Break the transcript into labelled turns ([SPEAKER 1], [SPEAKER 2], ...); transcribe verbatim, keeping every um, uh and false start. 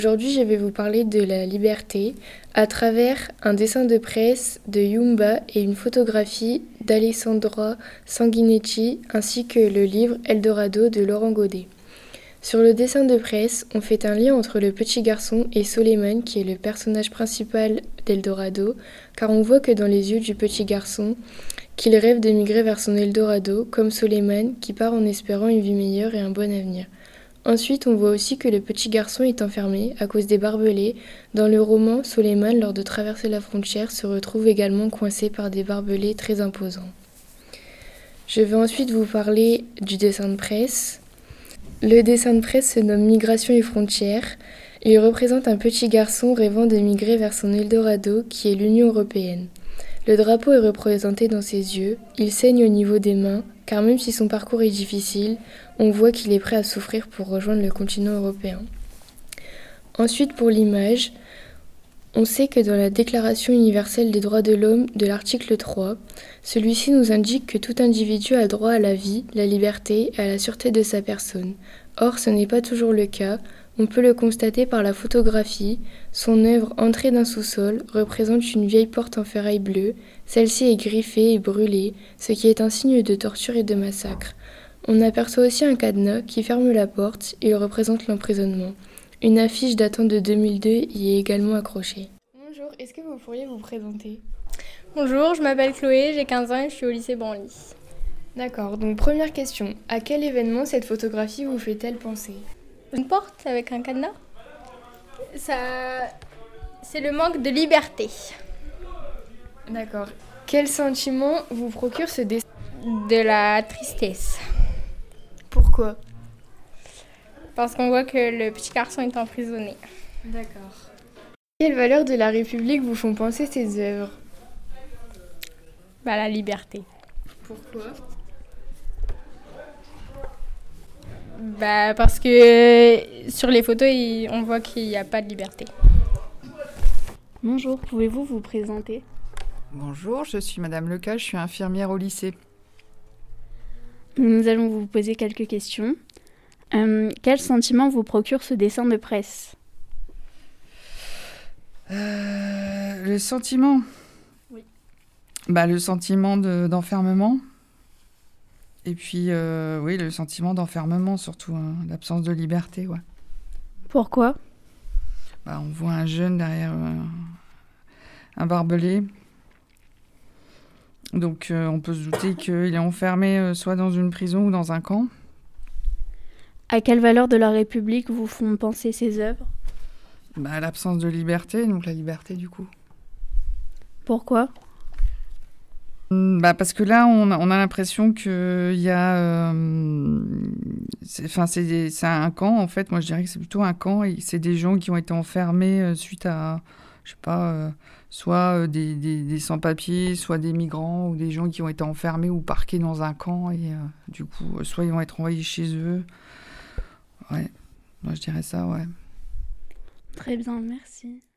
[SPEAKER 1] Aujourd'hui, je vais vous parler de la liberté à travers un dessin de presse de Yumba et une photographie d'Alessandra Sanguinetti ainsi que le livre Eldorado de Laurent Godet. Sur le dessin de presse, on fait un lien entre le petit garçon et Soleiman qui est le personnage principal d'Eldorado, car on voit que dans les yeux du petit garçon, qu'il rêve de migrer vers son Eldorado, comme Soleiman qui part en espérant une vie meilleure et un bon avenir. Ensuite, on voit aussi que le petit garçon est enfermé, à cause des barbelés. Dans le roman, Soleiman, lors de traverser la frontière, se retrouve également coincé par des barbelés très imposants. Je vais ensuite vous parler du dessin de presse. Le dessin de presse se nomme Migration et frontières. Il représente un petit garçon rêvant de migrer vers son Eldorado, qui est l'Union européenne. Le drapeau est représenté dans ses yeux, il saigne au niveau des mains, car même si son parcours est difficile, on voit qu'il est prêt à souffrir pour rejoindre le continent européen. Ensuite, pour l'image, on sait que dans la Déclaration universelle des droits de l'homme de l'article trois, celui-ci nous indique que tout individu a droit à la vie, la liberté et à la sûreté de sa personne. Or, ce n'est pas toujours le cas. On peut le constater par la photographie. Son œuvre Entrée d'un sous-sol représente une vieille porte en ferraille bleue. Celle-ci est griffée et brûlée, ce qui est un signe de torture et de massacre. On aperçoit aussi un cadenas qui ferme la porte. Il représente l'emprisonnement. Une affiche datant de deux mille deux y est également accrochée. Bonjour, est-ce que vous pourriez vous présenter ?
[SPEAKER 2] Bonjour, je m'appelle Chloé, j'ai quinze ans et je suis au lycée Branly.
[SPEAKER 1] D'accord, donc première question. À quel événement cette photographie vous fait-elle penser ?
[SPEAKER 2] Une porte avec un cadenas. Ça, c'est le manque de liberté.
[SPEAKER 1] D'accord. Quel sentiment vous procure ce dessin ?
[SPEAKER 2] De la tristesse.
[SPEAKER 1] Pourquoi ?
[SPEAKER 2] Parce qu'on voit que le petit garçon est emprisonné.
[SPEAKER 1] D'accord. Quelles valeurs de la République vous font penser ces œuvres ?
[SPEAKER 2] Bah, la liberté.
[SPEAKER 1] Pourquoi ?
[SPEAKER 2] Bah, parce que sur les photos, on voit qu'il n'y a pas de liberté.
[SPEAKER 3] Bonjour, pouvez-vous vous présenter ?
[SPEAKER 4] Bonjour, je suis Madame Leca, je suis infirmière au lycée.
[SPEAKER 3] Nous allons vous poser quelques questions. Euh, quel sentiment vous procure ce dessin de presse ?
[SPEAKER 4] euh, Le sentiment
[SPEAKER 3] Oui.
[SPEAKER 4] Bah, le sentiment de, d'enfermement. Et puis, euh, oui, le sentiment d'enfermement, surtout, hein, l'absence de liberté, ouais.
[SPEAKER 3] Pourquoi ?
[SPEAKER 4] Bah, on voit un jeune derrière euh, un barbelé. Donc, euh, on peut se douter qu'il est enfermé euh, soit dans une prison ou dans un camp.
[SPEAKER 3] À quelles valeurs de la République vous font penser ces œuvres ?
[SPEAKER 4] Bah, l'absence de liberté, donc la liberté, du coup.
[SPEAKER 3] Pourquoi ?
[SPEAKER 4] Bah parce que là, on a, on a l'impression qu'il y a... Euh, c'est, enfin, c'est, c'est un camp, en fait. Moi, je dirais que c'est plutôt un camp. Et c'est des gens qui ont été enfermés euh, suite à, je sais pas, euh, soit euh, des, des, des sans-papiers, soit des migrants, ou des gens qui ont été enfermés ou parqués dans un camp. Et euh, du coup, euh, soit ils vont être envoyés chez eux. Ouais, moi, je dirais ça, ouais.
[SPEAKER 3] Très bien, merci.